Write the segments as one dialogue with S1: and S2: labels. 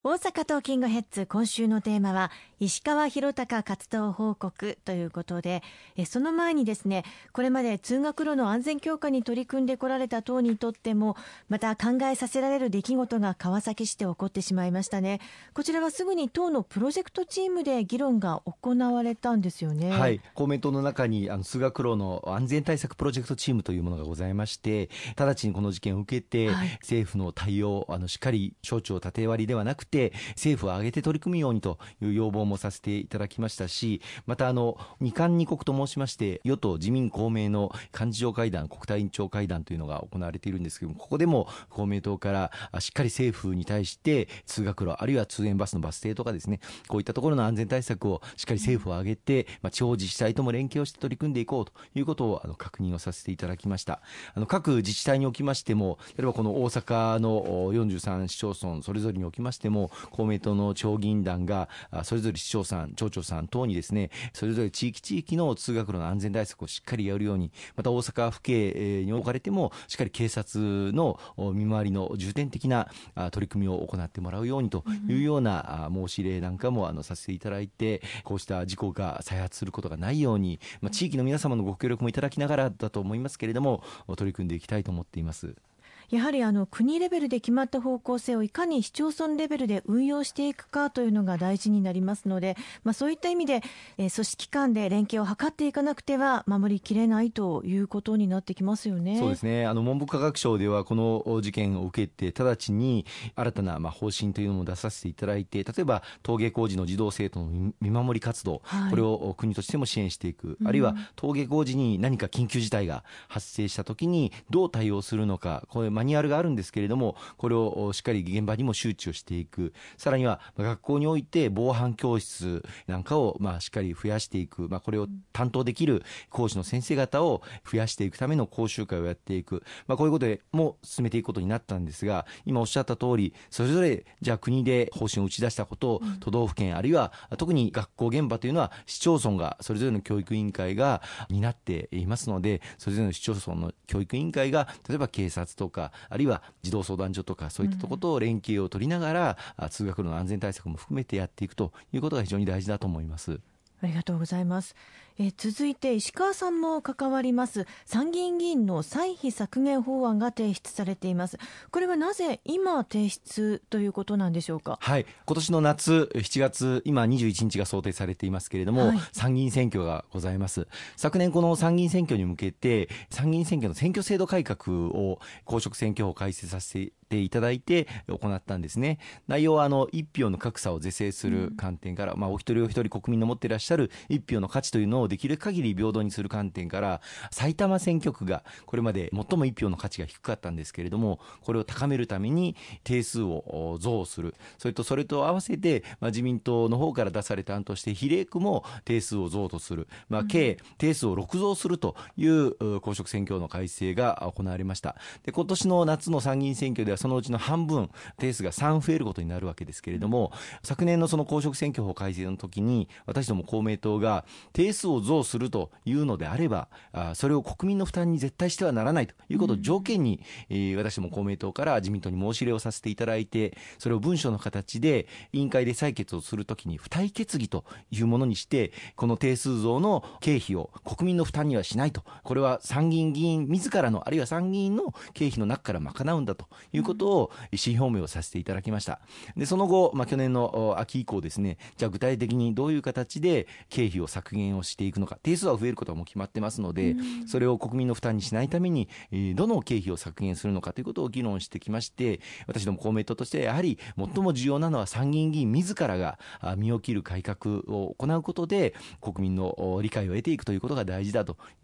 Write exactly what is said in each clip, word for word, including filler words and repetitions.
S1: 大阪トーキングヘッズ、今週のテーマは石川博隆活動報告ということで、えその前にですね、これまで通学路の安全強化に取り組んでこられた党にとってもまた考えさせられる出来事が川崎市で起こってしまいましたね。こちらはすぐに党のプロジェクトチームで議論が行われたんですよね。
S2: はい、公明党の中にあの通学路の安全対策プロジェクトチームというものがございまして、直ちにこの事件を受けて、はい、政府の対応あのしっかり省庁縦割りではなくて政府を挙げて取り組むようにという要望もさせていただきましたし、またあの二官二国と申しまして与党自民公明の幹事長会談、国対委員長会談というのが行われているんですけども、ここでも公明党からしっかり政府に対して通学路あるいは通園バスのバス停とかですね、こういったところの安全対策をしっかり政府を挙げて、まあ、地方自治体とも連携をして取り組んでいこうということをあの確認をさせていただきました。あの各自治体におきましても、例えばこの大阪のよんじゅうさん市町村それぞれにおきましても、公明党の地方議員団がそれぞれ市長さん町長さん等にですね、それぞれ地域地域の通学路の安全対策をしっかりやるように、また大阪府警に置かれてもしっかり警察の見回りの重点的な取り組みを行ってもらうようにというような申し入れなんかもあのさせていただいて、こうした事故が再発することがないように、まあ、地域の皆様のご協力もいただきながらだと思いますけれども、取り組んでいきたいと思っています。
S1: やはりあの国レベルで決まった方向性をいかに市町村レベルで運用していくかというのが大事になりますので、まあ、そういった意味で、えー、組織間で連携を図っていかなくては守りきれないということになってきますよね。
S2: そうですね、あの文部科学省ではこの事件を受けて直ちに新たなまあ方針というのも出させていただいて、例えば登下校時の児童生徒の見守り活動、はい、これを国としても支援していく、あるいは登下校時に何か緊急事態が発生したときにどう対応するのか、これマニュアルがあるんですけれども、これをしっかり現場にも周知をしていく、さらには学校において防犯教室なんかをまあしっかり増やしていく、まあ、これを担当できる講師の先生方を増やしていくための講習会をやっていく、まあ、こういうことでも進めていくことになったんですが、今おっしゃった通り、それぞれじゃあ国で方針を打ち出したことを都道府県、あるいは特に学校現場というのは市町村がそれぞれの教育委員会が担っていますので、それぞれの市町村の教育委員会が例えば警察とかあるいは児童相談所とかそういったところと連携を取りながら、うん、通学路の安全対策も含めてやっていくということが非常に大事だと思います。
S1: ありがとうございます。え続いて石川さんも関わります参議院議員の歳費削減法案が提出されています。これはなぜ今提出ということなんでしょうか。
S2: はい、今年の夏しちがつ、今にじゅういちにちが想定されていますけれども、はい、参議院選挙がございます。昨年この参議院選挙に向けて参議院選挙の選挙制度改革を公職選挙法を改正させていただいて行ったんですね。内容はあの一票の格差を是正する観点から、うん、まあ、お一人お一人国民の持っていらっしゃる一票の価値というのをできる限り平等にする観点から、埼玉選挙区がこれまで最も一票の価値が低かったんですけれども、これを高めるために定数を増する、それとそれと合わせて、まあ、自民党の方から出された案として比例区も定数を増とする、まあ、計定数をろく増するという公職選挙の改正が行われました。で、今年の夏の参議院選挙ではそのうちの半分定数がさん増えることになるわけですけれども、昨年のその公職選挙法改正の時に私ども公明党が定数を増するというのであれば、それを国民の負担に絶対してはならないということを条件に、うん、私ども公明党から自民党に申し入れをさせていただいて、それを文書の形で委員会で採決をするときに付帯決議というものにして、この定数増の経費を国民の負担にはしないと、これは参議院議員自らのあるいは参議院の経費の中から賄うんだということを意思表明をさせていただきました。で、その後、まあ、去年の秋以降ですね、じゃあ具体的にどういう形で経費を削減をしていくのか、定数は増えることはもう決まってますので、それを国民の負担にしないためにどの経費を削減するのかということを議論してきまして、私ども公明党としてやはり最も重要なのは参議院議員自らが身を切る改革を行うことで国民の理解を得ていくということが大事だという、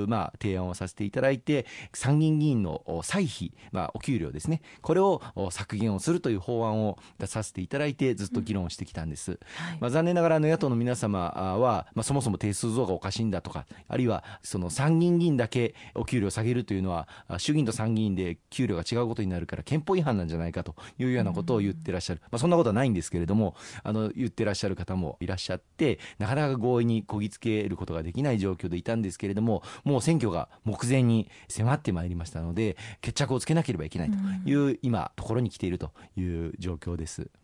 S2: まあ、提案をさせていただいて、参議院議員の歳費、まあ、お給料ですね、これを削減をするという法案を出させていただいてずっと議論してきたんです、うん、はい、まあ、残念ながらの野党の皆様は、まあ、そもそも定数増がおかしいんだとか、あるいはその参議院議員だけお給料を下げるというのは衆議院と参議院で給料が違うことになるから憲法違反なんじゃないかというようなことを言ってらっしゃる、まあ、そんなことはないんですけれども、あの言ってらっしゃる方もいらっしゃって、なかなか合意にこぎつけることができない状況でいたんですけれども、もう選挙が目前に迫ってまいりましたので決着をつけなければいけないという今ところに来ているという状況です。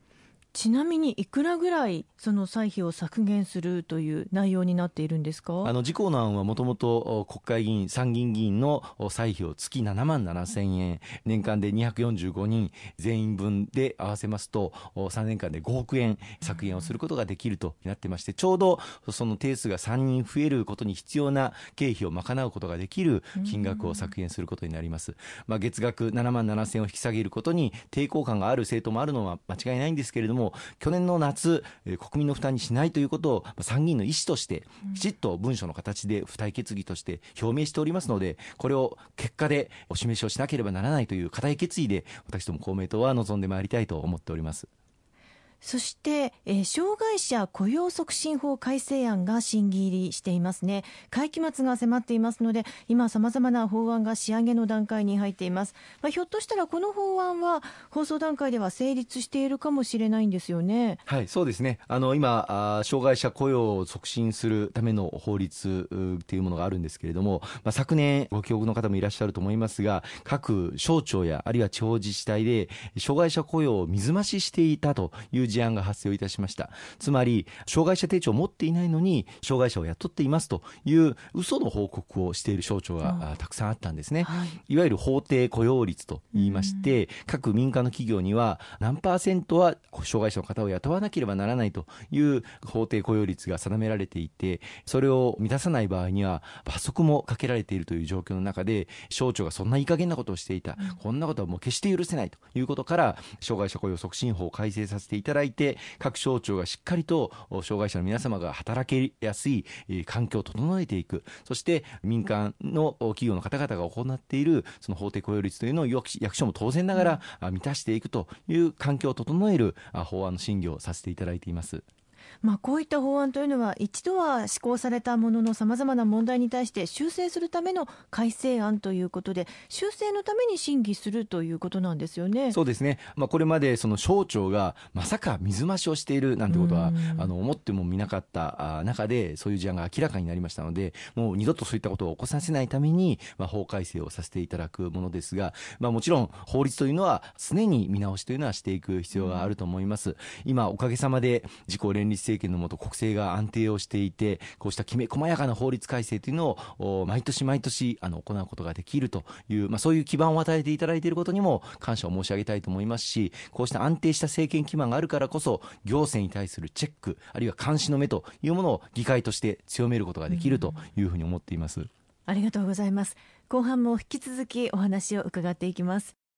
S1: ちなみにいくらぐらいその歳費を削減するという内容になっているんですか？
S2: あの自公の案はもともと国会議員参議院議員の歳費を月ななまんななせんえん、年間でにひゃくよんじゅうごにん全員分で合わせますとさんねんかんでごおくえん削減をすることができるとなってまして、ちょうどその定数がさんにん増えることに必要な経費を賄うことができる金額を削減することになります。まあ、月額ななまんななせんえんを引き下げることに抵抗感がある政党もあるのは間違いないんですけれども、去年の夏国民の負担にしないということを参議院の意思としてきちっと文書の形で付帯決議として表明しておりますので、これを結果でお示しをしなければならないという固い決意で私ども公明党は臨んでまいりたいと思っております。
S1: そして、えー、障害者雇用促進法改正案が審議入りしていますね。会期末が迫っていますので、今さまざまな法案が仕上げの段階に入っています。まあ、ひょっとしたらこの法案は放送段階では成立しているかもしれないんですよね。
S2: はい、そうですね。あの今あ障害者雇用を促進するための法律というものがあるんですけれども、まあ、昨年ご記憶の方もいらっしゃると思いますが、各省庁やあるいは地方自治体で障害者雇用を水増ししていたという事案が発生いたしました。つまり障害者手帳を持っていないのに障害者を雇っていますという嘘の報告をしている省庁がたくさんあったんですね、はい、いわゆる法定雇用率と言いまして、各民間の企業には何パーセントは障害者の方を雇わなければならないという法定雇用率が定められていて、それを満たさない場合には罰則もかけられているという状況の中で、省庁がそんないい加減なことをしていた、うん、こんなことはもう決して許せないということから、障害者雇用促進法を改正させていただいて、各省庁がしっかりと障害者の皆様が働きやすい環境を整えていく、そして民間の企業の方々が行っているその法定雇用率というのを役所も当然ながら満たしていくという環境を整える法案の審議をさせていただいています。
S1: まあ、こういった法案というのは一度は施行されたものの、さまざまな問題に対して修正するための改正案ということで、修正のために審議するということなんですよね。
S2: そうですね、まあ、これまでその省庁がまさか水増しをしているなんてことはあの思ってもみなかった中で、そういう事案が明らかになりましたので、もう二度とそういったことを起こさせないために、まあ、法改正をさせていただくものですが、まあ、もちろん法律というのは常に見直しというのはしていく必要があると思います。今おかげさまで自公連立政権の下国政が安定をしていて、こうしたきめ細やかな法律改正というのを毎年毎年あの行うことができるという、まあ、そういう基盤を与えていただいていることにも感謝を申し上げたいと思いますし、こうした安定した政権基盤があるからこそ行政に対するチェック、あるいは監視の目というものを議会として強めることができるというふうに思っています。
S1: ありがとうございます。後半も引き続きお話を伺っていきます。